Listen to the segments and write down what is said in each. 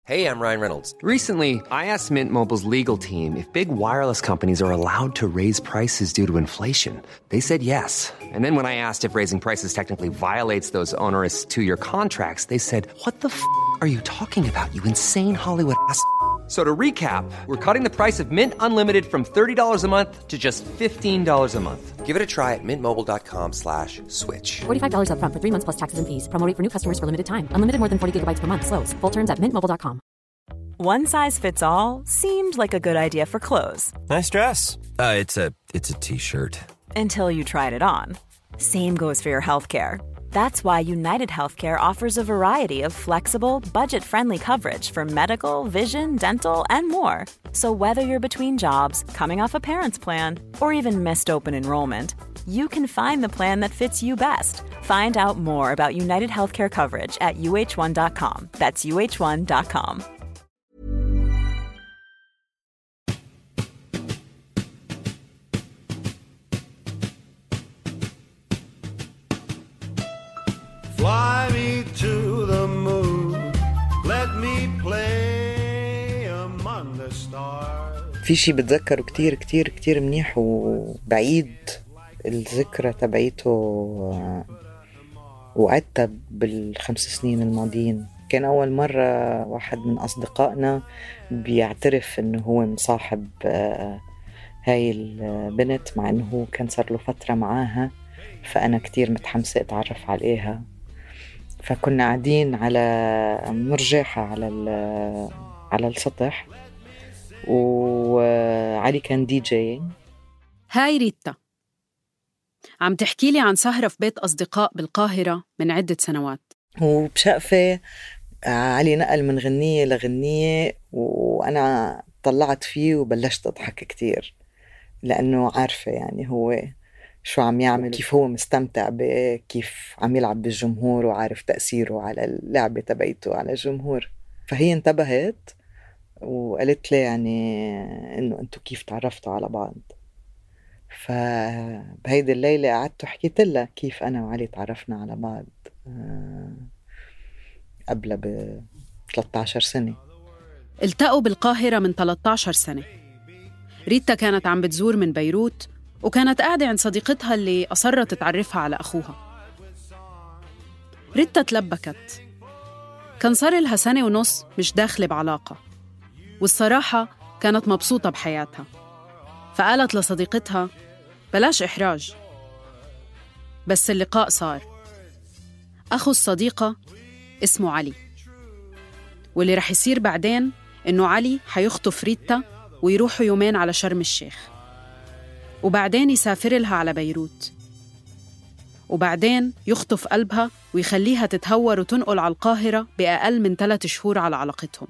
Hey, I'm Ryan Reynolds. Recently, I asked Mint Mobile's legal team if big wireless companies are allowed to raise prices due to inflation. They said yes. And then when I asked if raising prices technically violates those onerous two-year contracts, they said, "What the are you talking about, you insane Hollywood ass?" So to recap, we're cutting the price of Mint Unlimited from $30 a month to just $15 a month. Give it a try at mintmobile.com/switch. $45 up front for 3 months plus taxes and fees. Promo rate for new customers for limited time. Unlimited more than 40 gigabytes per month. Slows full terms at mintmobile.com. One size fits all seemed like a good idea for clothes. Nice dress. It's a t-shirt. Until you tried it on. Same goes for your healthcare. That's why United Healthcare offers a variety of flexible, budget-friendly coverage for medical, vision, dental, and more. So whether you're between jobs, coming off a parent's plan, or even missed open enrollment, you can find the plan that fits you best. Find out more about United Healthcare coverage at uh1.com. That's uh1.com. Fly me to the moon, let me play among the stars. في شي بتذكره كتير كتير كتير منيح وبعيد الذكرى تبعيته وعدتها بال5 سنين الماضيين. كان أول مرة واحد من أصدقائنا بيعترف إنه هو مصاحب هاي البنت، مع إنه هو كان صار له فترة معاها، فأنا كتير متحمسة أتعرف عليها. فكنا قاعدين على مرجحة على السطح، وعلي كان دي جي. هاي ريتا عم تحكي لي عن سهرة في بيت أصدقاء بالقاهرة من عدة سنوات. وبشقفة علي نقل من غنية لغنية، وأنا طلعت فيه وبلشت أضحك كتير، لأنه عارفة يعني هو شو عم يعمل، كيف هو مستمتع بكيف عم يلعب بالجمهور، وعارف تأثيره على اللعبة تبعيته على الجمهور. فهي انتبهت وقالت لي يعني إنه أنتوا كيف تعرفتوا على بعض. فبهيدي الليلة قعدت وحكيت لها كيف أنا وعلي تعرفنا على بعض قبل 13 سنة. التقوا بالقاهرة من 13 سنة. ريتا كانت عم بتزور من بيروت، وكانت قاعدة عند صديقتها اللي أصرت تعرفها على أخوها. ريتا تلبكت. كان صار لها 1.5 سنة مش داخلة بعلاقة، والصراحة كانت مبسوطة بحياتها. فقالت لصديقتها بلاش إحراج. بس اللقاء صار. أخو الصديقة اسمه علي، واللي رح يصير بعدين إنه علي حيخطف ريتا ويروحوا يومين على شرم الشيخ، وبعدين يسافر لها على بيروت، وبعدين يخطف قلبها ويخليها تتهور وتنقل على القاهرة بأقل من 3 شهور على علاقتهم.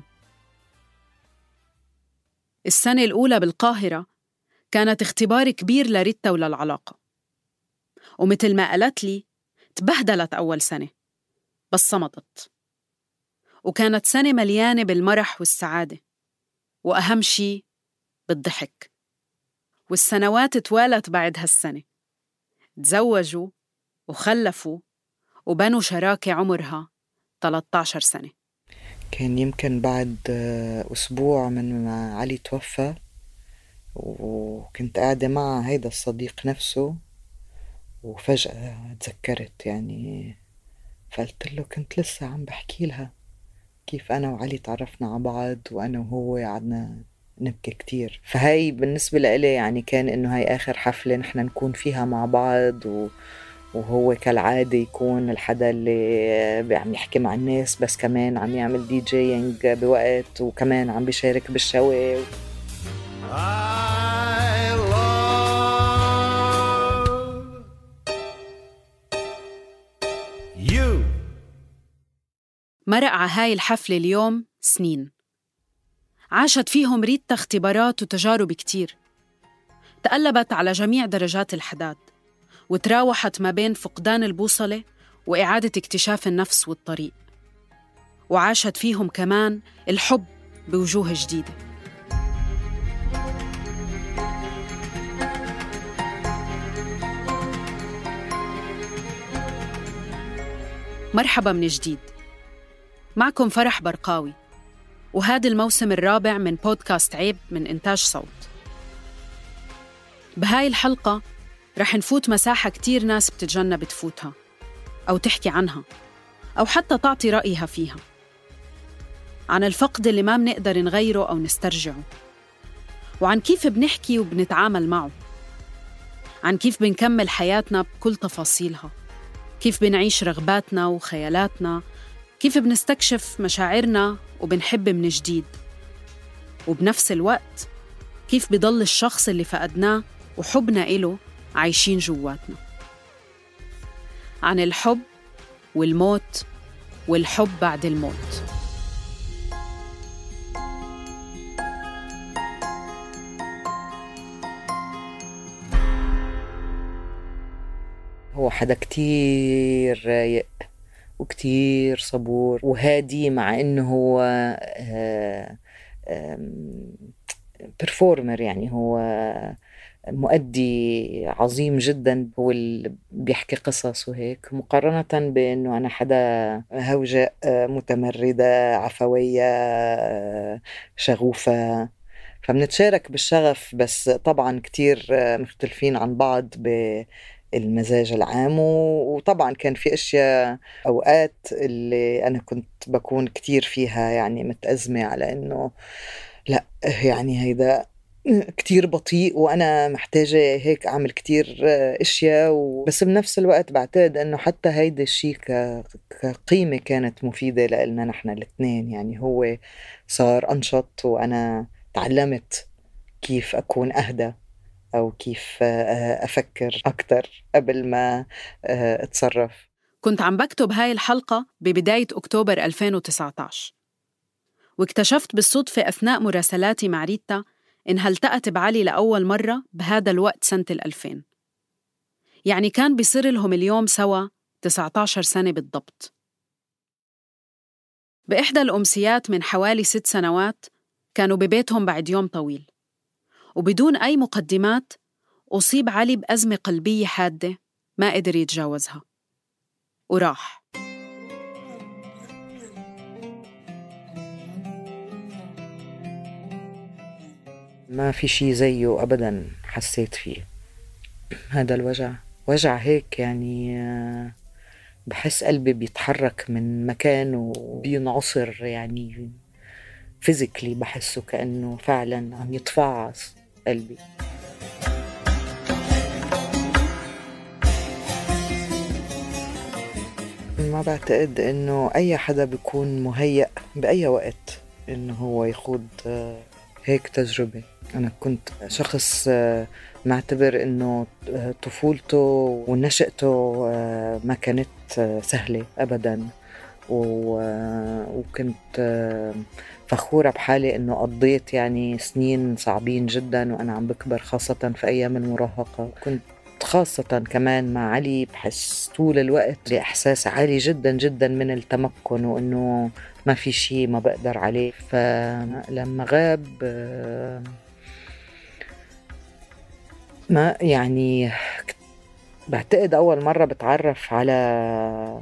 السنة الأولى بالقاهرة كانت اختبار كبير لريتا وللعلاقة، ومثل ما قالت لي تبهدلت أول سنة بس صمتت. وكانت سنة مليانة بالمرح والسعادة، وأهم شي بالضحك. والسنوات توالت بعد هالسنة، تزوجوا وخلفوا وبنوا شراكة عمرها 13 سنة. كان يمكن بعد أسبوع من ما علي توفى، وكنت قاعدة مع هيدا الصديق نفسه، وفجأة تذكرت يعني، فقلت له كنت لسه عم بحكي لها كيف أنا وعلي تعرفنا على بعض، وأنا وهو قعدنا نبكي كتير. فهاي بالنسبة لإلي يعني كان إنه هاي آخر حفلة نحن نكون فيها مع بعض، وهو كالعادة يكون الحدا اللي عم يحكي مع الناس، بس كمان عم يعمل دي جيينج بوقت، وكمان عم بيشارك بالشوي. مرق على هاي الحفلة اليوم سنين، عاشت فيهم ريتا اختبارات وتجارب كتير، تقلبت على جميع درجات الحداد، وتراوحت ما بين فقدان البوصلة وإعادة اكتشاف النفس والطريق، وعاشت فيهم كمان الحب بوجوه جديدة. مرحبا من جديد، معكم فرح برقاوي، وهذا الموسم الرابع من بودكاست عيب من إنتاج صوت. بهاي الحلقة رح نفوت مساحة كتير ناس بتتجنب تفوتها أو تحكي عنها أو حتى تعطي رأيها فيها، عن الفقد اللي ما بنقدر نغيره أو نسترجعه، وعن كيف بنحكي وبنتعامل معه، عن كيف بنكمل حياتنا بكل تفاصيلها، كيف بنعيش رغباتنا وخيالاتنا، كيف بنستكشف مشاعرنا وبنحب من جديد، وبنفس الوقت كيف بيضل الشخص اللي فقدناه وحبنا إله عايشين جواتنا. عن الحب والموت والحب بعد الموت. هو حدا كتير رايق وكتير صبور وهادي، مع إنه هو performer، يعني هو مؤدي عظيم جدا، هو اللي بيحكي قصص وهيك، مقارنة بأنه أنا حدا هوجاء متمردة عفوية شغوفة. فبنتشارك بالشغف، بس طبعا كتير مختلفين عن بعض بالمزاج العام. وطبعا كان في أشياء أوقات اللي أنا كنت بكون كتير فيها يعني متأزمة على أنه لا، يعني هيدا كتير بطيء وأنا محتاجة هيك أعمل كتير أشياء. بس بنفس الوقت بعتقد أنه حتى هيدا الشيء كقيمة كانت مفيدة لنا نحن الاثنين. يعني هو صار أنشط وأنا تعلمت كيف أكون أهدى أو كيف أفكر أكتر قبل ما أتصرف. كنت عم بكتب هاي الحلقة ببداية أكتوبر 2019، واكتشفت بالصدفة أثناء مراسلاتي مع ريتا إنها التقت بعلي لأول مرة بهذا الوقت سنة 2000. يعني كان بيصير لهم اليوم سوا 19 سنة بالضبط. بإحدى الأمسيات من حوالي 6 سنوات كانوا ببيتهم بعد يوم طويل، وبدون أي مقدمات أصيب علي بأزمة قلبية حادة ما قدر يتجاوزها وراح. ما في شي زيه أبداً حسيت فيه. هذا وجع هيك، يعني بحس قلبي بيتحرك من مكان وبينعصر، يعني فيزيكلي بحسه كأنه فعلاً عم يتفعص قلبي. ما بعتقد إنه أي حدا بيكون مهيأ بأي وقت إنه هو يخوض هيك تجربة. أنا كنت شخص معتبر إنه طفولته ونشأته ما كانت سهلة أبداً، وكنت فخورة بحالي إنه قضيت يعني سنين صعبين جداً وأنا عم بكبر، خاصة في أيام المراهقة. كنت خاصة كمان مع علي بحس طول الوقت بإحساس عالي جداً جداً من التمكن، وإنه ما في شيء ما بقدر عليه. فلما غاب ما يعني بعتقد أول مرة بتعرف على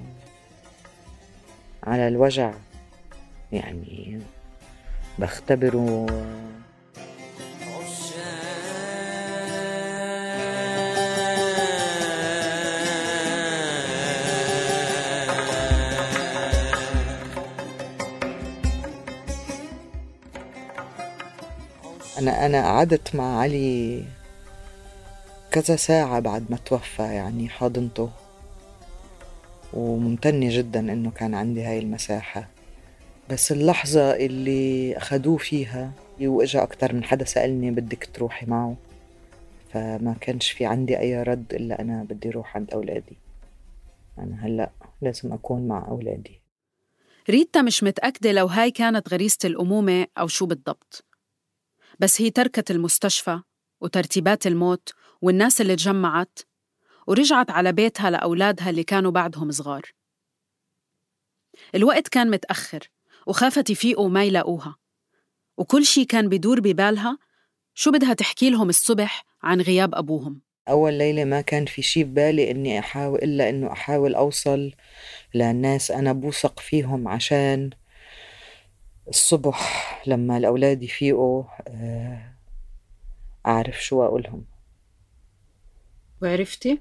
الوجع، يعني بختبره. أنا قعدت مع علي كذا ساعة بعد ما توفى، يعني حاضنته، وممتنة جدا إنه كان عندي هاي المساحة. بس اللحظة اللي أخدوه فيها وإجا أكتر من حدا سألني بدك تروحي معه، فما كانش في عندي أي رد إلا أنا بدي روح عند أولادي. أنا هلأ لازم أكون مع أولادي. ريتا مش متأكدة لو هاي كانت غريزة الأمومة أو شو بالضبط، بس هي تركت المستشفى وترتيبات الموت والناس اللي تجمعت ورجعت على بيتها لأولادها اللي كانوا بعدهم صغار. الوقت كان متأخر وخافت يفيقوا وما يلاقوها، وكل شي كان بدور ببالها شو بدها تحكي لهم الصبح عن غياب أبوهم. أول ليلة ما كان في شي ببالي إني أحاول إلا إنه أحاول أوصل للناس أنا بوثق فيهم عشان الصبح لما الأولاد يفيقوا أعرف شو أقولهم. وعرفتي؟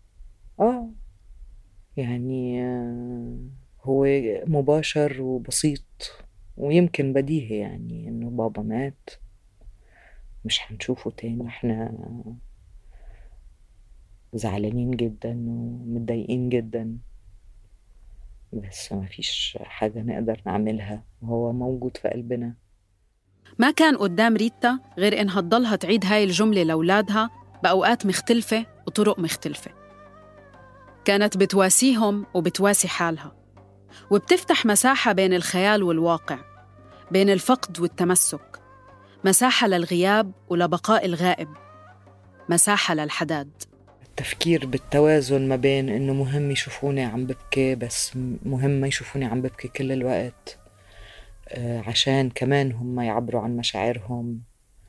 يعني هو مباشر وبسيط ويمكن بديهي، يعني إنه بابا مات، مش حنشوفه تاني. إحنا زعلانين جدا ومتضايقين جدا، بس ما فيش حاجة نقدر نعملها، وهو موجود في قلبنا. ما كان قدام ريتا غير إنها تضلها تعيد هاي الجملة لأولادها بأوقات مختلفة وطرق مختلفة. كانت بتواسيهم وبتواسي حالها، وبتفتح مساحة بين الخيال والواقع، بين الفقد والتمسك، مساحة للغياب ولبقاء الغائب، مساحة للحداد. التفكير بالتوازن ما بين إنه مهم يشوفوني عم ببكي، بس مهم ما يشوفوني عم ببكي كل الوقت، عشان كمان هم يعبروا عن مشاعرهم.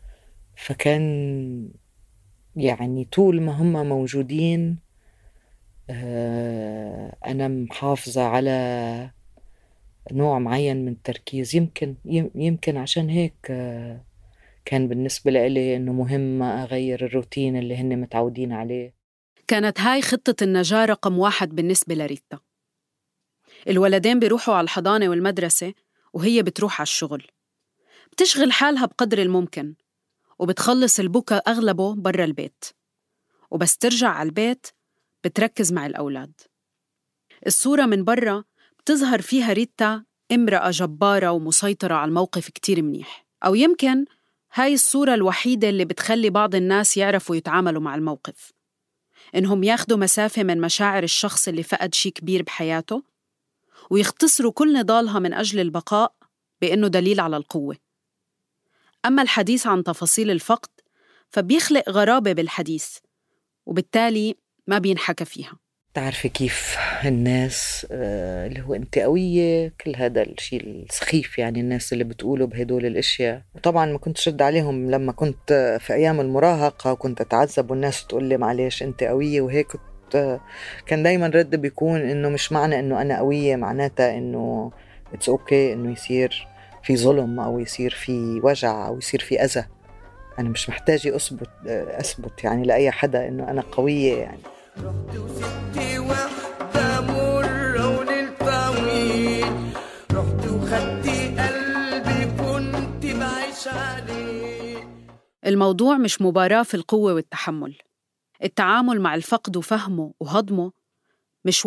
فكان يعني طول ما هم موجودين أنا محافظة على نوع معين من التركيز. يمكن عشان هيك كان بالنسبة لي إنه مهم ما أغير الروتين اللي هن متعودين عليه. كانت هاي خطة النجاة رقم 1 بالنسبة لريتا. الولدين بيروحوا على الحضانة والمدرسة وهي بتروح على الشغل، بتشغل حالها بقدر الممكن، وبتخلص البكا أغلبه برا البيت، وبس ترجع على البيت بتركز مع الأولاد. الصورة من برا بتظهر فيها ريتا امرأة جبارة ومسيطرة على الموقف كتير منيح، أو يمكن هاي الصورة الوحيدة اللي بتخلي بعض الناس يعرفوا يتعاملوا مع الموقف، إنهم ياخدوا مسافة من مشاعر الشخص اللي فقد شي كبير بحياته، ويختصروا كل نضالها من أجل البقاء بإنه دليل على القوة. أما الحديث عن تفاصيل الفقد فبيخلق غرابة بالحديث، وبالتالي ما بينحكى فيها. تعرفي كيف الناس اللي هو أنت قوية، كل هذا الشيء السخيف، يعني الناس اللي بتقولوا بهدول الاشياء. وطبعا ما كنت شد عليهم لما كنت في ايام المراهقة، وكنت اتعذب والناس تقول لي معلش انت قوية وهيك. كان دايما رد بيكون انه مش معنى انه انا قوية معناتها انه اتس اوكي انه يصير في ظلم او يصير في وجع او يصير في اذى. انا مش محتاجة اثبت يعني لاي حدا انه انا قوية يعني. رحت وستي وحدة مرة وللطويل، رحت وخدتي قلبي كنت بعيش عليه. الموضوع مش مباراة في القوة والتحمل. التعامل مع الفقد وفهمه وهضمه مش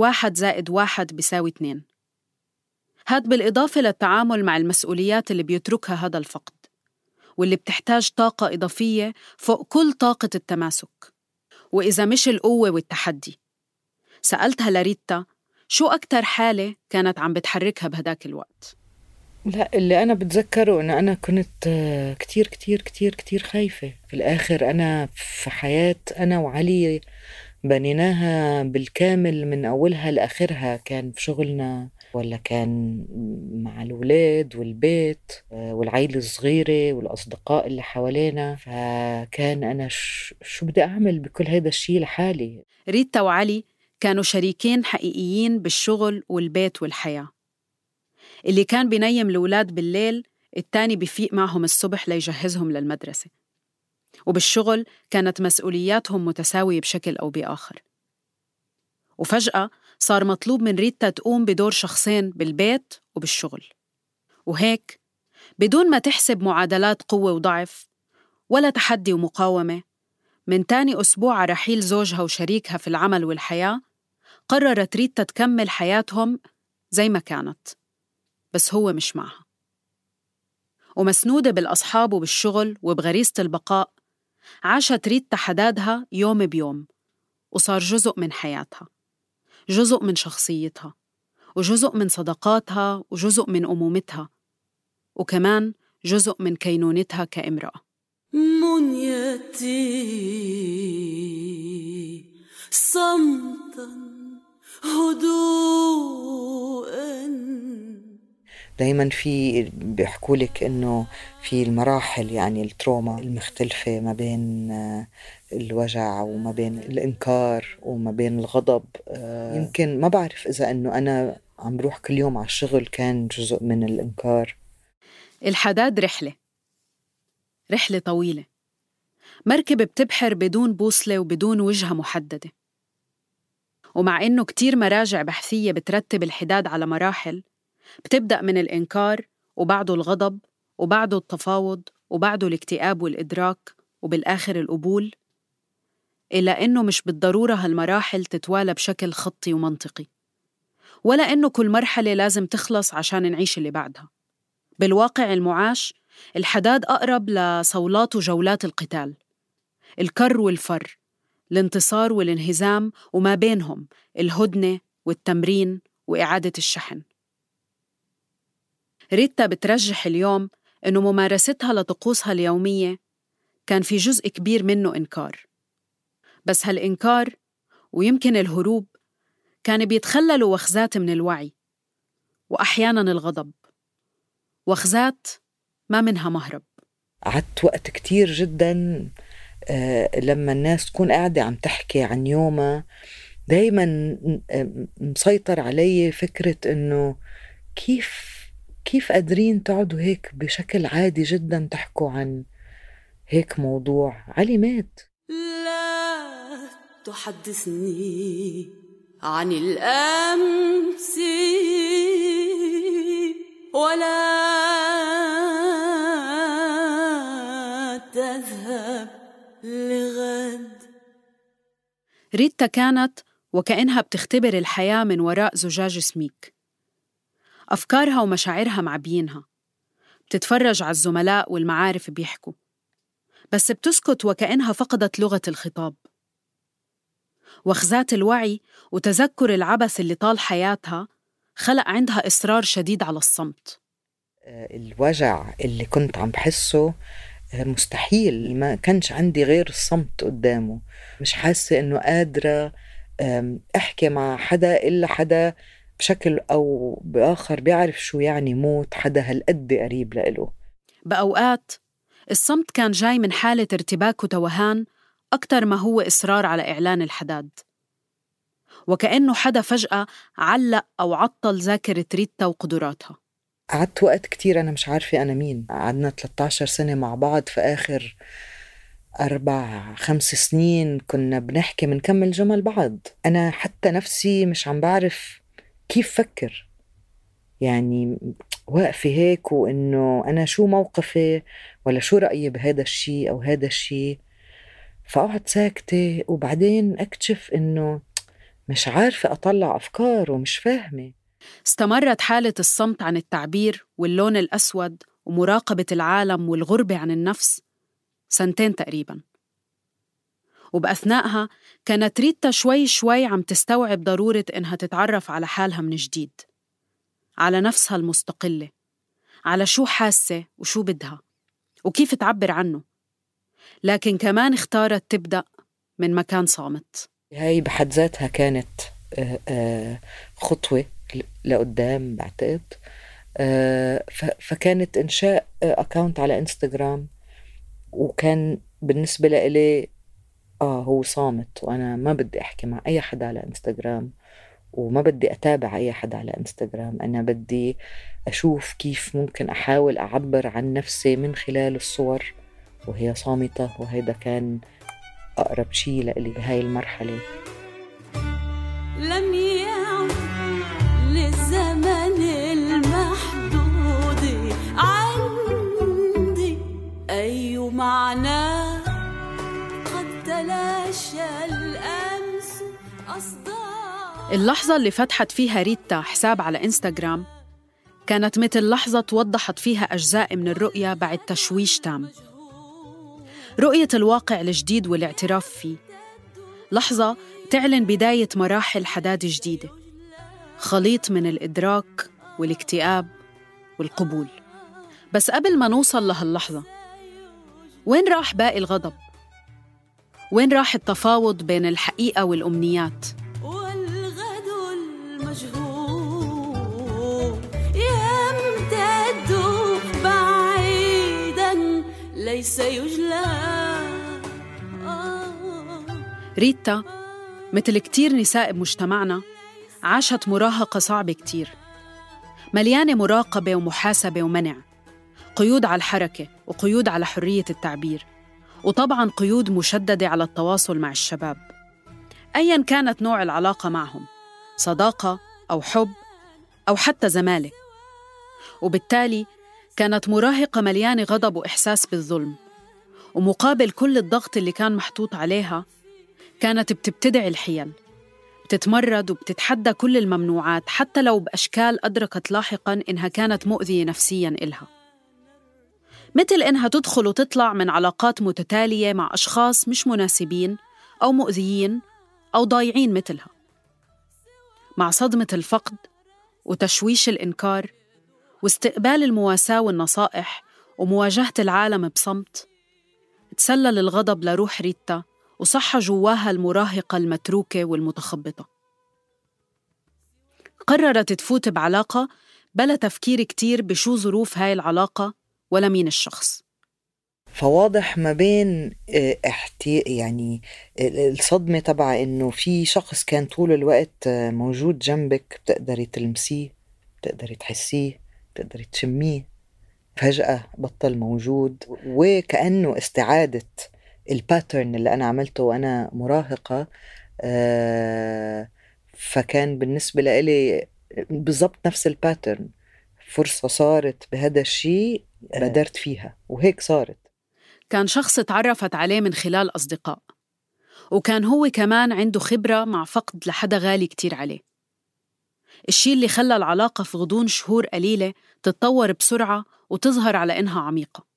1+1=2. هاد بالإضافة للتعامل مع المسؤوليات اللي بيتركها هذا الفقد، واللي بتحتاج طاقة إضافية فوق كل طاقة التماسك، وإذا مش القوة والتحدي. سألتها لريتا شو أكتر حالة كانت عم بتحركها بهداك الوقت؟ لا، اللي أنا بتذكره إن أنا كنت كتير كتير كتير كتير خايفة. في الآخر أنا في حياة أنا وعلي بنيناها بالكامل من أولها لآخرها، كان في شغلنا ولا كان مع الولاد والبيت والعائلة الصغيرة والأصدقاء اللي حوالينا. فكان أنا شو بدي أعمل بكل هيدا الشيء لحالي. ريتا وعلي كانوا شريكين حقيقيين بالشغل والبيت والحياة. اللي كان بينيم الأولاد بالليل، التاني بيفيق معهم الصبح ليجهزهم للمدرسة. وبالشغل كانت مسؤولياتهم متساوية بشكل أو بآخر. وفجأة صار مطلوب من ريتا تقوم بدور شخصين بالبيت وبالشغل، وهيك بدون ما تحسب معادلات قوة وضعف ولا تحدي ومقاومة، من تاني أسبوع على رحيل زوجها وشريكها في العمل والحياة، قررت ريتا تكمل حياتهم زي ما كانت، بس هو مش معها. ومسنودة بالأصحاب وبالشغل وبغريزة البقاء، عاشت ريتا حدادها يوم بيوم، وصار جزء من حياتها، جزء من شخصيتها، وجزء من صداقاتها، وجزء من أمومتها، وكمان جزء من كينونتها كامرأة. منيتي صمتا هدوءا. دايما بيحكوا لك انه في المراحل، يعني التروما المختلفة ما بين الوجع وما بين الإنكار وما بين الغضب. يمكن ما بعرف إذا أنه أنا عم بروح كل يوم على الشغل كان جزء من الإنكار. الحداد رحلة طويلة، مركب بتبحر بدون بوصلة وبدون وجهة محددة. ومع إنه كتير مراجع بحثية بترتب الحداد على مراحل، بتبدأ من الإنكار وبعده الغضب وبعده التفاوض وبعده الاكتئاب والإدراك وبالآخر القبول، إلا إنه مش بالضرورة هالمراحل تتوالى بشكل خطي ومنطقي، ولا إنه كل مرحلة لازم تخلص عشان نعيش اللي بعدها. بالواقع المعاش الحداد أقرب لصولات وجولات القتال، الكر والفر، الانتصار والانهزام، وما بينهم الهدنة والتمرين وإعادة الشحن. ريتا بترجح اليوم إنه ممارستها لطقوسها اليومية كان في جزء كبير منه إنكار، بس هالإنكار ويمكن الهروب كان بيتخللوا وخزات من الوعي، وأحياناً الغضب، وخزات ما منها مهرب. قعدت وقت كتير جداً لما الناس تكون قاعدة عم تحكي عن يومها، دايماً مسيطر علي فكرة إنه كيف قادرين تقعدوا هيك بشكل عادي جداً تحكوا عن هيك موضوع. علي مات. لا تحدثني عن الأمس ولا تذهب لغد. ريتا كانت وكأنها بتختبر الحياة من وراء زجاج سميك. أفكارها ومشاعرها معبينها، بتتفرج على الزملاء والمعارف بيحكوا، بس بتسكت وكأنها فقدت لغة الخطاب. وخزات الوعي وتذكر العبث اللي طال حياتها خلق عندها إصرار شديد على الصمت. الوجع اللي كنت عم بحسه مستحيل، ما كانش عندي غير الصمت قدامه. مش حاسة إنه قادرة أحكي مع حدا إلا حدا بشكل أو بآخر بيعرف شو يعني موت حدا هالقد قريب لإله. بأوقات الصمت كان جاي من حالة ارتباك وتوهان أكتر ما هو إصرار على إعلان الحداد، وكأنه حدا فجأة علق أو عطل ذاكرة ريتا وقدراتها. قعدت وقت كتير أنا مش عارفة أنا مين. قعدنا 13 سنة مع بعض، في آخر 4-5 سنين كنا بنحكي منكمل جمل بعض. أنا حتى نفسي مش عم بعرف كيف فكر، يعني واقفة هيك وإنه أنا شو موقفي ولا شو رأيي بهذا الشيء أو هذا الشيء. فقعد ساكتة وبعدين أكتشف إنه مش عارفة أطلع أفكار ومش فاهمة. استمرت حالة الصمت عن التعبير واللون الأسود ومراقبة العالم والغربة عن النفس 2 تقريباً. وبأثناءها كانت ريتا شوي شوي عم تستوعب ضرورة إنها تتعرف على حالها من جديد، على نفسها المستقلة، على شو حاسة وشو بدها وكيف تعبر عنه. لكن كمان اختارت تبدأ من مكان صامت. هاي بحد ذاتها كانت خطوة لقدام بعتقد. فكانت إنشاء أكاونت على إنستغرام، وكان بالنسبة لإلي هو صامت، وأنا ما بدي أحكي مع أي حدا على إنستغرام وما بدي أتابع أي حدا على إنستغرام. أنا بدي أشوف كيف ممكن أحاول أعبر عن نفسي من خلال الصور وهي صامتة، وهيدا كان أقرب شيء لإلي بهاي المرحلة. لم يعد للزمن المحدود عندي أي معنى، قد تلاشى الأمس أصدار. اللحظة اللي فتحت فيها ريتا حساب على إنستغرام كانت مثل لحظة وضحت فيها أجزاء من الرؤية بعد تشويش تام، رؤية الواقع الجديد والاعتراف فيه. لحظة تعلن بداية مراحل حداد جديدة، خليط من الإدراك والاكتئاب والقبول. بس قبل ما نوصل لهاللحظة، وين راح باقي الغضب؟ وين راح التفاوض بين الحقيقة والأمنيات؟ والغد المجهول يمتد بعيداً ليس يجلى. ريتا مثل كتير نساء بمجتمعنا عاشت مراهقة صعبة كتير، مليانة مراقبة ومحاسبة ومنع، قيود على الحركة وقيود على حرية التعبير، وطبعاً قيود مشددة على التواصل مع الشباب أياً كانت نوع العلاقة معهم، صداقة أو حب أو حتى زمالة. وبالتالي كانت مراهقة مليانة غضب وإحساس بالظلم، ومقابل كل الضغط اللي كان محطوط عليها كانت بتبتدع الحيل، بتتمرد وبتتحدى كل الممنوعات حتى لو بأشكال أدركت لاحقاً إنها كانت مؤذية نفسياً إلها، مثل إنها تدخل وتطلع من علاقات متتالية مع أشخاص مش مناسبين أو مؤذيين أو ضايعين مثلها. مع صدمة الفقد وتشويش الإنكار واستقبال المواساة والنصائح ومواجهة العالم بصمت، تسلل الغضب لروح ريتا وصح جواها المراهقة المتروكة والمتخبطة. قررت تفوت بعلاقة بلا تفكير كتير بشو ظروف هاي العلاقة ولا مين الشخص. فواضح ما بين يعني الصدمة تبع إنه في شخص كان طول الوقت موجود جنبك، بتقدري تلمسيه، بتقدري تحسيه، بتقدري تشميه، فجأة بطل موجود، وكأنه استعادة الباترن اللي أنا عملته وأنا مراهقة. فكان بالنسبة لي بالضبط نفس الباترن، فرصة صارت بهذا الشيء بادرت فيها وهيك صارت. كان شخص تعرفت عليه من خلال أصدقاء، وكان هو كمان عنده خبرة مع فقد لحدا غالي كتير عليه، الشيء اللي خلى العلاقة في غضون شهور قليلة تتطور بسرعة وتظهر على إنها عميقة.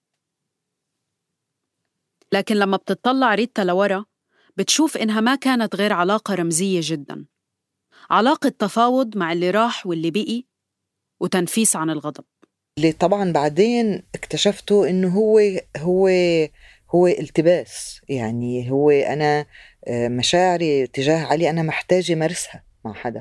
لكن لما بتطلع ريتا لورا بتشوف إنها ما كانت غير علاقة رمزية جداً، علاقة تفاوض مع اللي راح واللي بقي وتنفيس عن الغضب، اللي طبعاً بعدين اكتشفته إنه هو التباس. يعني هو أنا مشاعري تجاه علي أنا محتاجة مارسها مع حدا.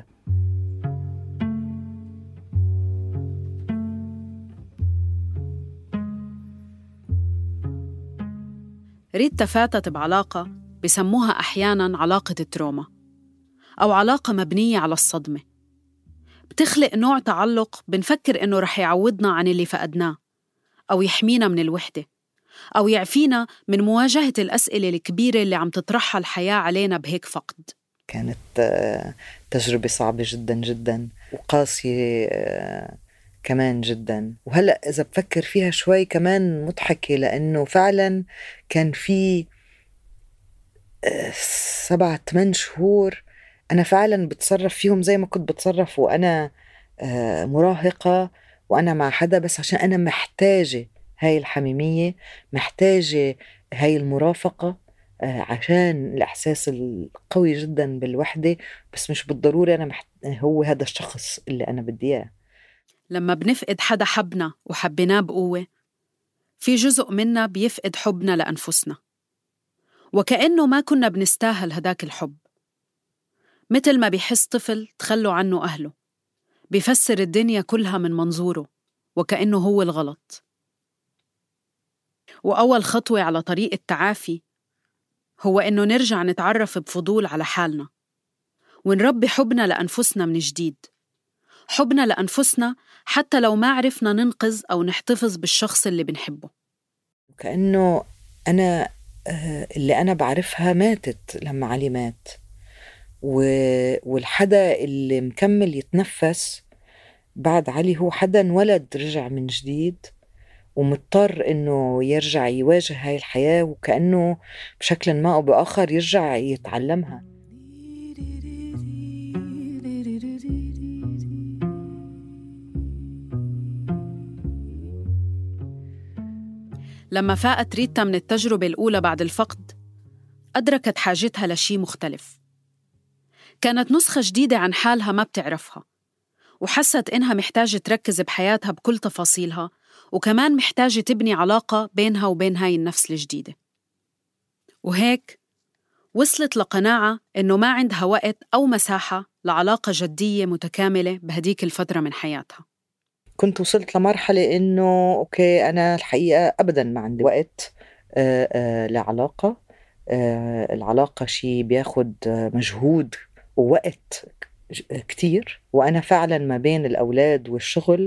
ريتا فاتت بعلاقة بسموها أحياناً علاقة التروما أو علاقة مبنية على الصدمة، بتخلق نوع تعلق بنفكر إنه رح يعوضنا عن اللي فقدناه أو يحمينا من الوحدة أو يعفينا من مواجهة الأسئلة الكبيرة اللي عم تطرحها الحياة علينا بهيك فقد. كانت تجربة صعبة جدا جدا وقاسية كمان جدا. وهلأ إذا بفكر فيها شوي كمان مضحكة، لأنه فعلا كان في 7-8 شهور أنا فعلا بتصرف فيهم زي ما كنت بتصرف وأنا مراهقة وأنا مع حدا، بس عشان أنا محتاجة هاي الحميمية، محتاجة هاي المرافقة، عشان الإحساس القوي جدا بالوحدة، بس مش بالضرورة أنا هو هذا الشخص اللي أنا بدي إياه. لما بنفقد حدا حبنا وحبيناه بقوة، في جزء منا بيفقد حبنا لأنفسنا، وكأنه ما كنا بنستاهل هداك الحب. مثل ما بيحس طفل تخلوا عنه أهله، بيفسر الدنيا كلها من منظوره وكأنه هو الغلط. وأول خطوة على طريق التعافي هو إنه نرجع نتعرف بفضول على حالنا ونربي حبنا لأنفسنا من جديد، حبنا لأنفسنا حتى لو ما عرفنا ننقذ أو نحتفظ بالشخص اللي بنحبه. كأنه أنا اللي أنا بعرفها ماتت لما علي مات، والحدا اللي مكمل يتنفس بعد علي هو حدا انولد رجع من جديد ومضطر إنه يرجع يواجه هاي الحياة، وكأنه بشكل ما أو بآخر يرجع يتعلمها. لما فاقت ريتا من التجربة الأولى بعد الفقد، أدركت حاجتها لشي مختلف. كانت نسخة جديدة عن حالها ما بتعرفها، وحست إنها محتاجة تركز بحياتها بكل تفاصيلها، وكمان محتاجة تبني علاقة بينها وبين هاي النفس الجديدة. وهيك وصلت لقناعة إنه ما عندها وقت أو مساحة لعلاقة جدية متكاملة بهديك الفترة من حياتها. كنت وصلت لمرحلة إنه أوكي أنا الحقيقة أبداً ما عندي وقت لعلاقة. العلاقة شيء بياخد مجهود ووقت كتير، وأنا فعلاً ما بين الأولاد والشغل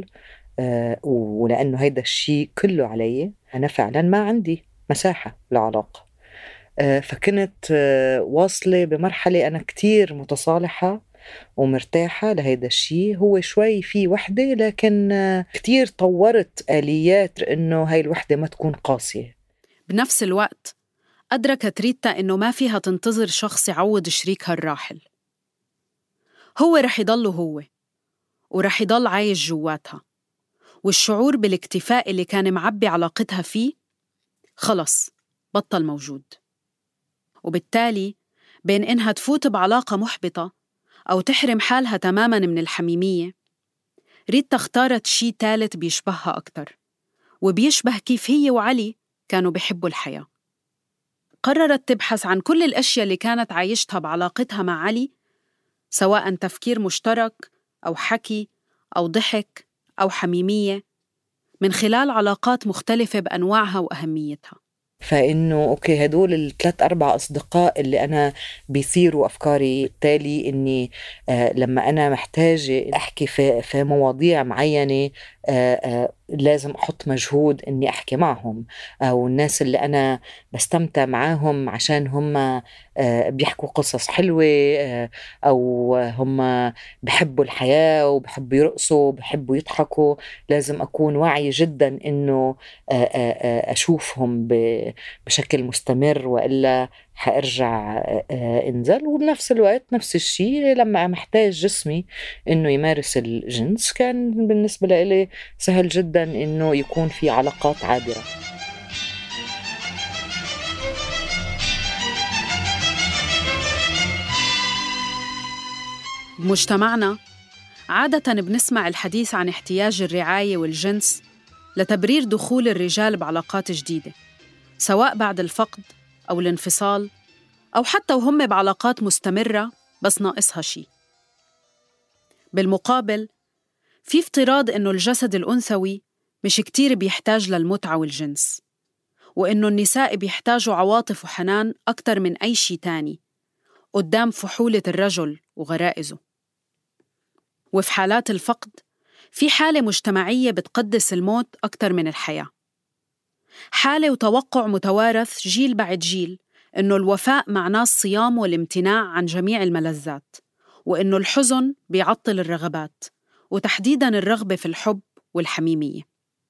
ولأنه هيدا الشيء كله علي، أنا فعلا ما عندي مساحة لعلاقة. فكنت واصلة بمرحلة أنا كتير متصالحة ومرتاحة لهيدا الشيء. هو شوي في وحدة، لكن كتير طورت آليات إنه هاي الوحدة ما تكون قاسية. بنفس الوقت أدركت ريتا إنه ما فيها تنتظر شخص يعوض شريكها الراحل. هو رح يضله هو، ورح يضل عايش جواتها، والشعور بالاكتفاء اللي كان معبي علاقتها فيه خلص بطل موجود. وبالتالي بين إنها تفوت بعلاقة محبطة أو تحرم حالها تماماً من الحميمية، ريتا اختارت شي ثالث بيشبهها أكتر، وبيشبه كيف هي وعلي كانوا بيحبوا الحياة. قررت تبحث عن كل الأشياء اللي كانت عايشتها بعلاقتها مع علي، سواء تفكير مشترك أو حكي أو ضحك أو حميمية، من خلال علاقات مختلفة بأنواعها وأهميتها. فإنه أوكي، هدول 3-4 أصدقاء اللي أنا بيثيروا أفكاري. بالتالي إني لما أنا محتاجة أحكي في مواضيع معينة لازم أحط مجهود إني أحكي معهم، أو الناس اللي أنا بستمتع معاهم عشان هم بيحكوا قصص حلوة، أو هم بحبوا الحياة وبحبوا يرقصوا وبحبوا يضحكوا، لازم أكون واعي جدا إنه أشوفهم بشكل مستمر، وإلا حأرجع انزل. وبنفس الوقت نفس الشيء لما محتاج جسمي إنه يمارس الجنس، كان بالنسبة لي سهل جدا إنه يكون في علاقات عابرة. بمجتمعنا عادة بنسمع الحديث عن احتياج الرعاية والجنس لتبرير دخول الرجال بعلاقات جديدة، سواء بعد الفقد أو الانفصال، أو حتى وهم بعلاقات مستمرة بس ناقصها شيء. بالمقابل في افتراض إنه الجسد الأنثوي مش كتير بيحتاج للمتعة والجنس، وإنه النساء بيحتاجوا عواطف وحنان أكتر من أي شيء تاني قدام فحولة الرجل وغرائزه. وفي حالات الفقد في حالة مجتمعية بتقدس الموت أكتر من الحياة، حالة وتوقع متوارث جيل بعد جيل إنه الوفاء معناه الصيام والامتناع عن جميع الملذات، وإنه الحزن بيعطل الرغبات، وتحديداً الرغبة في الحب والحميمية.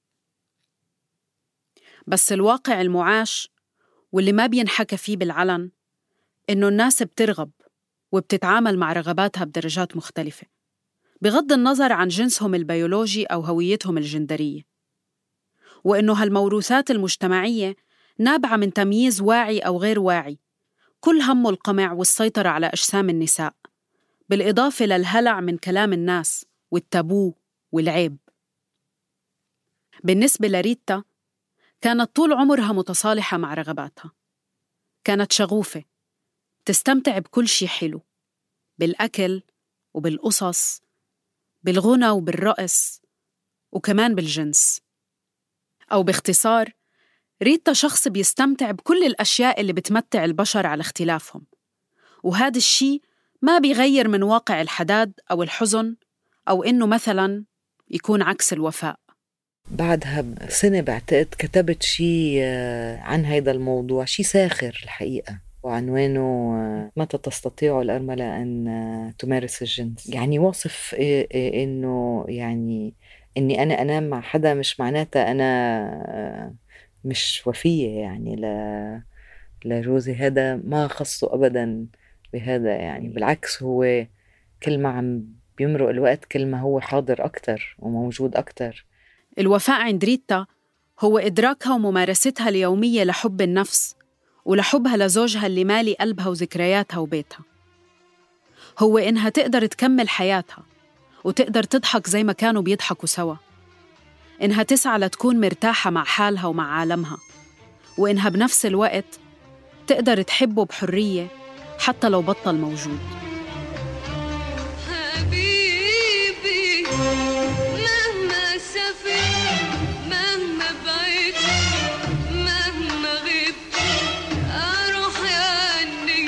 بس الواقع المعاش واللي ما بينحكى فيه بالعلن إنه الناس بترغب وبتتعامل مع رغباتها بدرجات مختلفة، بغض النظر عن جنسهم البيولوجي أو هويتهم الجندرية، وإنه هالموروثات المجتمعية نابعة من تمييز واعي أو غير واعي كل همه القمع والسيطرة على أجسام النساء، بالإضافة للهلع من كلام الناس والتابو والعيب. بالنسبة لريتا كانت طول عمرها متصالحة مع رغباتها، كانت شغوفة، تستمتع بكل شيء حلو، بالأكل وبالقصص، بالغنى وبالرقص، وكمان بالجنس. أو باختصار، ريتا شخص بيستمتع بكل الأشياء اللي بتمتع البشر على اختلافهم، وهذا الشيء ما بيغير من واقع الحداد أو الحزن، أو إنه مثلاً يكون عكس الوفاء. بعدها بسنة بعتقد كتبت شيء عن هذا الموضوع، شيء ساخر الحقيقة، وعنوانه متى تستطيع الأرملة أن تمارس الجنس. يعني واصف إنه يعني إني أنا أنام مع حدا مش معناتها أنا مش وفية يعني لجوزي. هذا ما خصه أبدا بهذا، يعني بالعكس، هو كل ما عم بيمرق الوقت كل ما هو حاضر أكتر وموجود أكتر. الوفاء عند ريتا هو إدراكها وممارستها اليومية لحب النفس ولحبها لزوجها اللي مالي قلبها وذكرياتها وبيتها. هو إنها تقدر تكمل حياتها وتقدر تضحك زي ما كانوا بيضحكوا سوا، إنها تسعى لتكون مرتاحة مع حالها ومع عالمها، وإنها بنفس الوقت تقدر تحبه بحرية حتى لو بطل موجود. حبيبي مهما سافر مهما بعيد مهما غبت أروح عني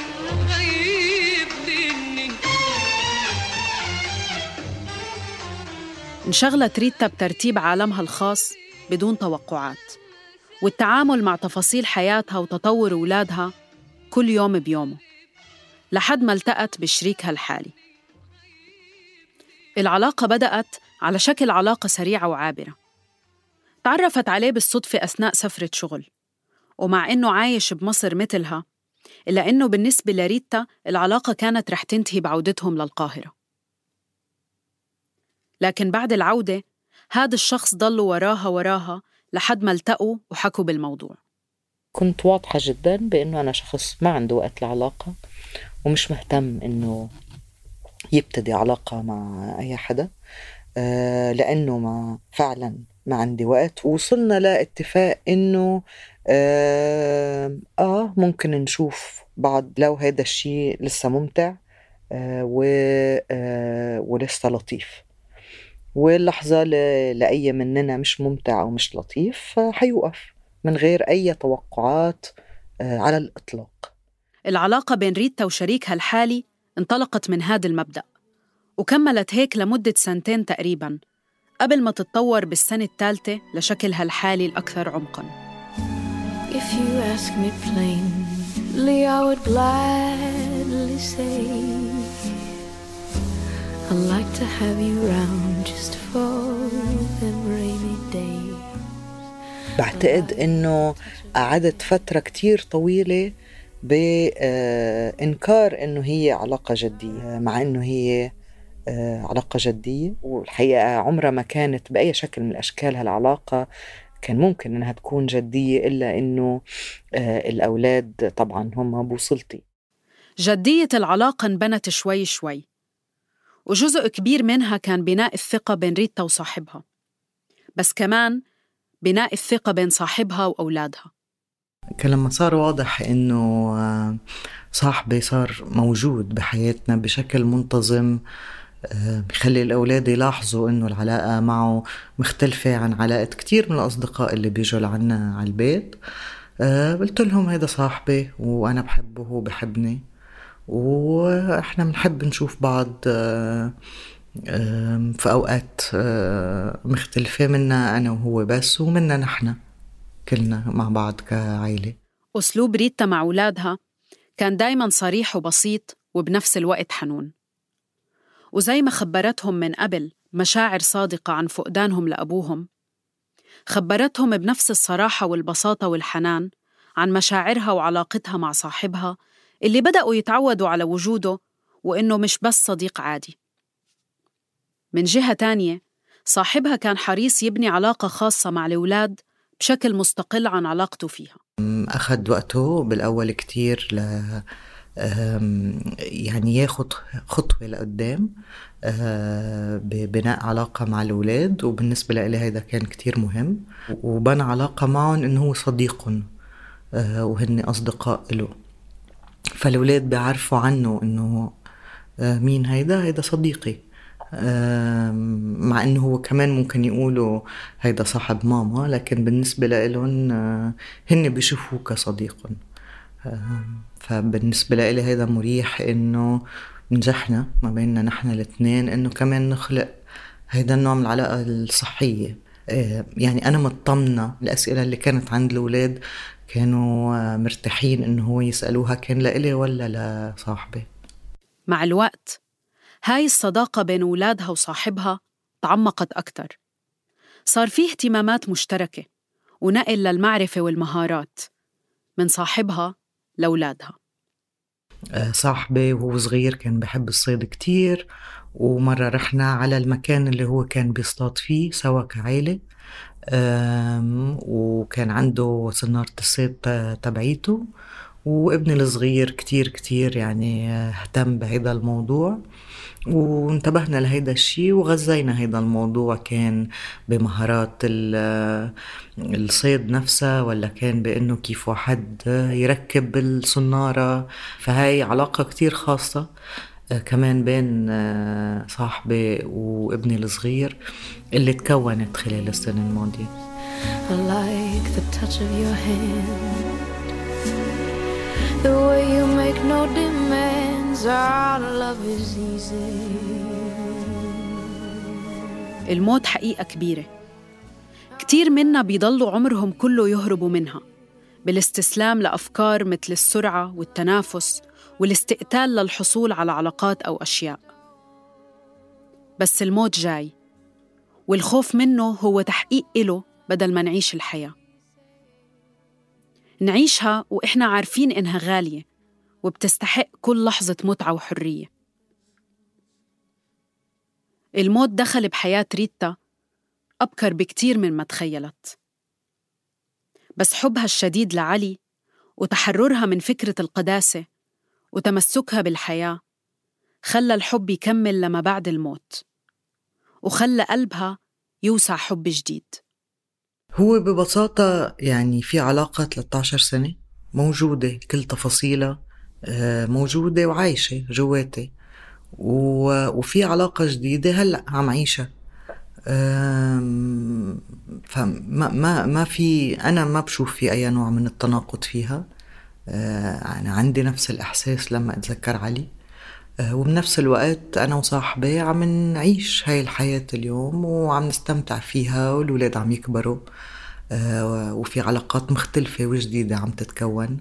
غيب مني. انشغلت ريتا بترتيب عالمها الخاص بدون توقعات، والتعامل مع تفاصيل حياتها وتطور أولادها كل يوم بيومه، لحد ما التقت بشريكها الحالي. العلاقة بدأت على شكل علاقة سريعة وعابرة. تعرفت عليه بالصدفة أثناء سفرة شغل، ومع إنه عايش بمصر مثلها، إلا إنه بالنسبة لريتا العلاقة كانت رح تنتهي بعودتهم للقاهرة. لكن بعد العودة هذا الشخص ضل وراها لحد ما التقوا وحكوا بالموضوع. كنت واضحة جدا بأنه أنا شخص ما عنده وقت لعلاقة ومش مهتم أنه يبتدي علاقة مع أي حدا، لأنه فعلا ما عندي وقت. ووصلنا لاتفاق أنه ممكن نشوف بعض لو هذا الشيء لسه ممتع ولسه لطيف، واللحظة لأي مننا مش ممتع أو مش لطيف حيوقف من غير أي توقعات على الإطلاق. العلاقة بين ريتا وشريكها الحالي انطلقت من هذا المبدأ، وكملت هيك لمدة 2 سنين تقريباً، قبل ما تتطور بالسنة الثالثة لشكلها الحالي الأكثر عمقاً. If you ask me plainly, I would gladly say I'd like to have you round just for them rainy days. بعتقد إنه قعدت فترة كتير طويلة بإنكار إنه هي علاقة جدية، مع إنه هي علاقة جدية، والحقيقة عمرها ما كانت بأي شكل من الأشكال هالعلاقة كان ممكن إنها تكون جدية، إلا إنه الأولاد طبعاً هم بوصلتي. جدية العلاقة انبنت شوي شوي، وجزء كبير منها كان بناء الثقة بين ريتا وصاحبها، بس كمان بناء الثقة بين صاحبها وأولادها. كان لما صار واضح إنه صاحبي صار موجود بحياتنا بشكل منتظم، بيخلي الأولاد يلاحظوا إنه العلاقة معه مختلفة عن علاقة كتير من الأصدقاء اللي بيجوا لعنا على البيت. قلت لهم هيدا صاحبي وأنا بحبه وهو بحبني، وإحنا بنحب نشوف بعض في أوقات مختلفة، منا أنا وهو بس، ومنا نحن كلنا مع بعض كعائلة. أسلوب ريتا مع أولادها كان دايماً صريح وبسيط وبنفس الوقت حنون، وزي ما خبرتهم من قبل مشاعر صادقة عن فقدانهم لأبوهم، خبرتهم بنفس الصراحة والبساطة والحنان عن مشاعرها وعلاقتها مع صاحبها اللي بدأوا يتعودوا على وجوده وإنه مش بس صديق عادي. من جهة تانية، صاحبها كان حريص يبني علاقة خاصة مع الأولاد بشكل مستقل عن علاقته فيها. أخذ وقته بالأول كتير يعني ياخد خطوة لقدام ببناء علاقة مع الأولاد، وبالنسبة لي هذا كان كتير مهم، وبنى علاقة معهم إنه هو صديقهم وهن أصدقاء له، فالأولاد بيعرفوا عنه إنه مين هيدا صديقي، مع إنه هو كمان ممكن يقولوا هيدا صاحب ماما، لكن بالنسبة لهم هن بيشوفوه كصديقهم. فبالنسبة لي هيدا مريح إنه نجحنا ما بيننا نحن الاثنين إنه كمان نخلق هيدا النوع من العلاقة الصحية. يعني أنا مطمنة الأسئلة اللي كانت عند الأولاد كانوا مرتاحين إنه هو يسألوها كان لإلي ولا لصاحبي. مع الوقت هاي الصداقة بين أولادها وصاحبها تعمقت أكتر، صار فيه اهتمامات مشتركة ونقل للمعرفة والمهارات من صاحبها لأولادها. صاحبي وهو صغير كان بحب الصيد كتير، ومرة رحنا على المكان اللي هو كان بيصطاد فيه سوا كعائلة، وكان عنده صنارة الصيد تبعيته، وابني الصغير كتير يعني اهتم بهذا الموضوع، وانتبهنا لهيدا الشيء وغزينا هيدا الموضوع، كان بمهارات الصيد نفسها ولا كان بأنه كيف واحد يركب الصنارة. فهاي علاقة كتير خاصة كمان بين صاحبي وابني الصغير اللي تكونت خلال السنة الماضية. I like the touch of your hand, the way you make no demands, our love is easy. الموت حقيقة كبيرة، كتير منا بيضلوا عمرهم كله يهربوا منها بالاستسلام لأفكار مثل السرعة والتنافس والاستقتال للحصول على علاقات أو أشياء. بس الموت جاي، والخوف منه هو تحقيق إله بدل ما نعيش الحياة. نعيشها وإحنا عارفين إنها غالية وبتستحق كل لحظة متعة وحرية. الموت دخل بحياة ريتا أبكر بكتير من ما تخيلت، بس حبها الشديد لعلي وتحررها من فكرة القداسة وتمسكها بالحياة خلى الحب يكمل لما بعد الموت، وخلى قلبها يوسع حب جديد. هو ببساطة يعني في علاقة 13 سنة موجودة، كل تفاصيلها موجودة وعايشة جواتي، وفي علاقة جديدة هلأ عم عيشها. فما في، أنا ما بشوف في أي نوع من التناقض فيها. أنا عندي نفس الإحساس لما أتذكر علي، وبنفس الوقت أنا وصاحبي عم نعيش هاي الحياة اليوم وعم نستمتع فيها، والولاد عم يكبروا، وفي علاقات مختلفة وجديدة عم تتكون.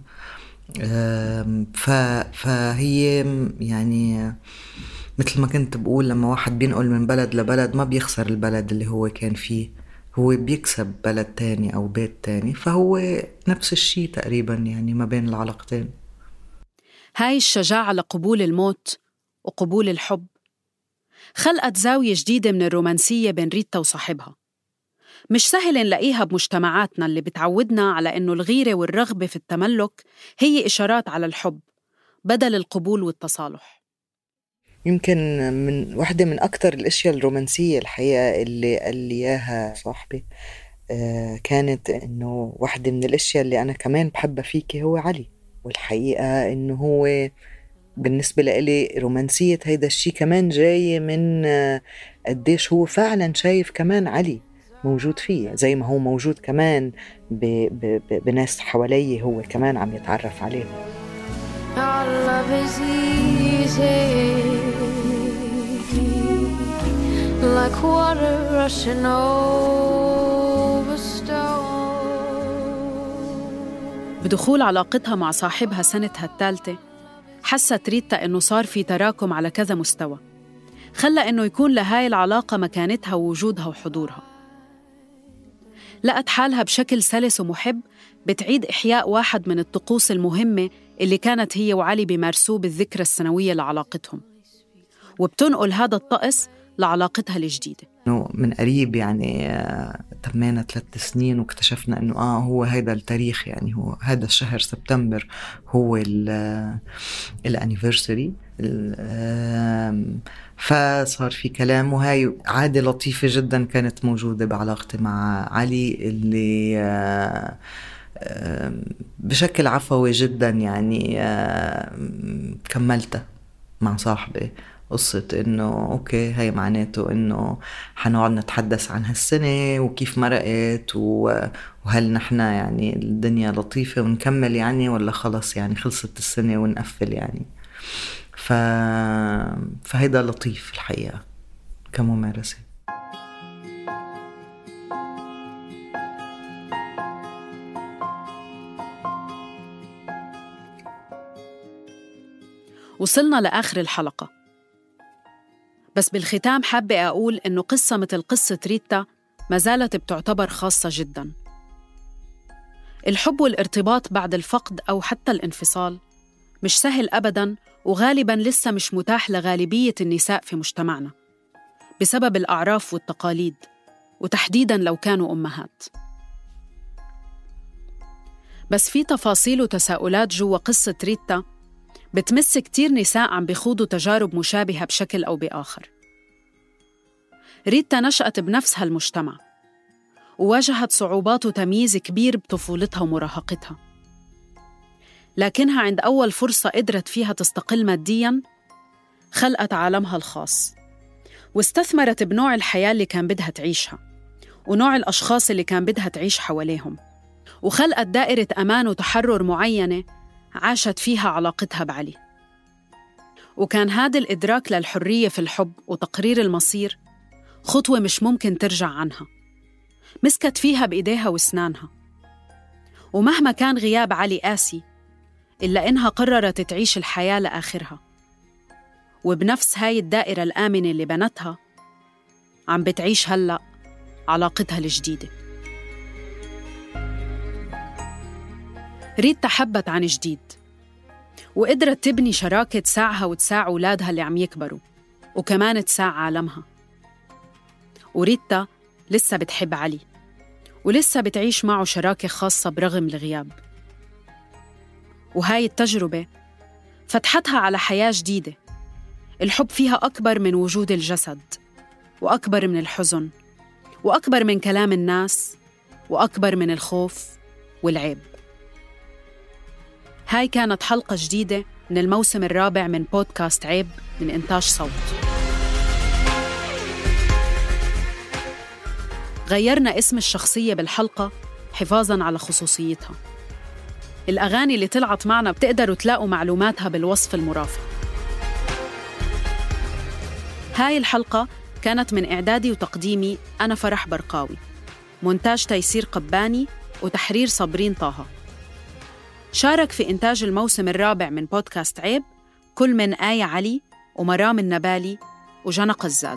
فهي يعني مثل ما كنت بقول، لما واحد بينقل من بلد لبلد ما بيخسر البلد اللي هو كان فيه، هو بيكسب بلد تاني أو بيت تاني. فهو نفس الشيء تقريبا يعني ما بين العلاقتين. هاي الشجاعة لقبول الموت وقبول الحب خلقت زاوية جديدة من الرومانسية بين ريتا وصاحبها. مش سهل نلاقيها بمجتمعاتنا اللي بتعودنا على إنه الغيرة والرغبة في التملك هي إشارات على الحب بدل القبول والتصالح. يمكن من واحدة من أكتر الأشياء الرومانسية الحقيقة اللي قال لي إياها صاحبي كانت إنه واحدة من الأشياء اللي أنا كمان بحبها فيكي هو علي. والحقيقة إنه هو بالنسبة لي رومانسية هيدا الشيء كمان جاي من قديش هو فعلا شايف كمان علي موجود فيه، زي ما هو موجود كمان بناس حواليه هو كمان عم يتعرف عليهم. Our love is easy, like water rushing over stone. بدخول علاقتها مع صاحبها سنتها الثالثة حست ريتا إنه صار في تراكم على كذا مستوى، خلى إنه يكون لهاي العلاقة مكانتها ووجودها وحضورها. لقت حالها بشكل سلس ومحب بتعيد إحياء واحد من الطقوس المهمة اللي كانت هي وعلي بيمارسوه بالذكرى السنوية لعلاقتهم، وبتنقل هذا الطقس لعلاقتها الجديدة. من قريب يعني تمينا 3 سنين واكتشفنا إنه هو هذا التاريخ، يعني هو هذا الشهر سبتمبر هو الانيفرساري. فصار في كلام، وهاي عادة لطيفة جدا كانت موجودة بعلاقتي مع علي، اللي بشكل عفوي جدا يعني كملتها مع صاحبي. قصة إنه أوكي هاي معناته إنه حنقعد نتحدث عن هالسنة وكيف مرقت، وهل نحنا يعني الدنيا لطيفة ونكمل يعني، ولا خلص يعني خلصت السنة ونقفل يعني. فهيدا لطيف الحقيقة كممارسة. وصلنا لآخر الحلقة، بس بالختام حابة أقول إنه قصة مثل قصة ريتا ما زالت بتعتبر خاصة جداً. الحب والارتباط بعد الفقد أو حتى الانفصال مش سهل أبداً، وغالباً لسه مش متاح لغالبية النساء في مجتمعنا بسبب الأعراف والتقاليد، وتحديداً لو كانوا أمهات. بس في تفاصيل وتساؤلات جوا قصة ريتا بتمس كتير نساء عم بيخوضوا تجارب مشابهة بشكل أو بآخر. ريتا نشأت بنفس هالمجتمع وواجهت صعوبات وتمييز كبير بطفولتها ومراهقتها، لكنها عند أول فرصة قدرت فيها تستقل مادياً خلقت عالمها الخاص، واستثمرت بنوع الحياة اللي كان بدها تعيشها ونوع الأشخاص اللي كان بدها تعيش حواليهم، وخلقت دائرة أمان وتحرر معينة عاشت فيها علاقتها بعلي. وكان هذا الإدراك للحرية في الحب وتقرير المصير خطوة مش ممكن ترجع عنها. مسكت فيها بإيديها واسنانها. ومهما كان غياب علي قاسي، إلا إنها قررت تعيش الحياة لآخرها. وبنفس هاي الدائرة الآمنة اللي بنتها عم بتعيش هلأ علاقتها الجديدة. ريتا حبت عن جديد، وقدرت تبني شراكة تساعها وتساع أولادها اللي عم يكبروا، وكمان تساع عالمها. وريتا لسه بتحب علي، ولسه بتعيش معه شراكة خاصة برغم الغياب. وهاي التجربة فتحتها على حياة جديدة، الحب فيها أكبر من وجود الجسد، وأكبر من الحزن، وأكبر من كلام الناس، وأكبر من الخوف والعيب. هاي كانت حلقة جديدة من الموسم الرابع من بودكاست عيب من إنتاج صوت. غيرنا اسم الشخصية بالحلقة حفاظاً على خصوصيتها. الأغاني اللي طلعت معنا بتقدروا تلاقوا معلوماتها بالوصف المرافق. هاي الحلقة كانت من إعدادي وتقديمي أنا فرح برقاوي، مونتاج تيسير قباني، وتحرير صابرين طه. شارك في إنتاج الموسم الرابع من بودكاست عيب كل من آية علي ومرام النبالي وجنى قزاز.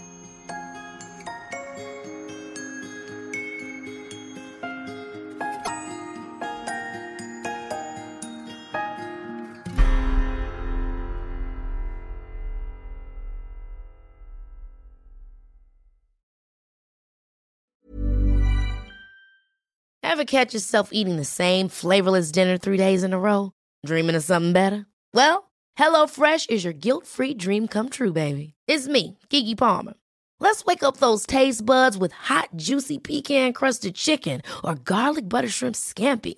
Ever catch yourself eating the same flavorless dinner 3 days in a row? Dreaming of something better? Well, HelloFresh is your guilt-free dream come true, baby. It's me, Keke Palmer. Let's wake up those taste buds with hot, juicy pecan-crusted chicken or garlic butter shrimp scampi.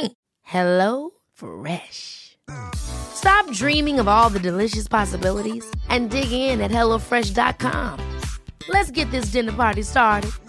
HelloFresh. Stop dreaming of all the delicious possibilities and dig in at HelloFresh.com. Let's get this dinner party started.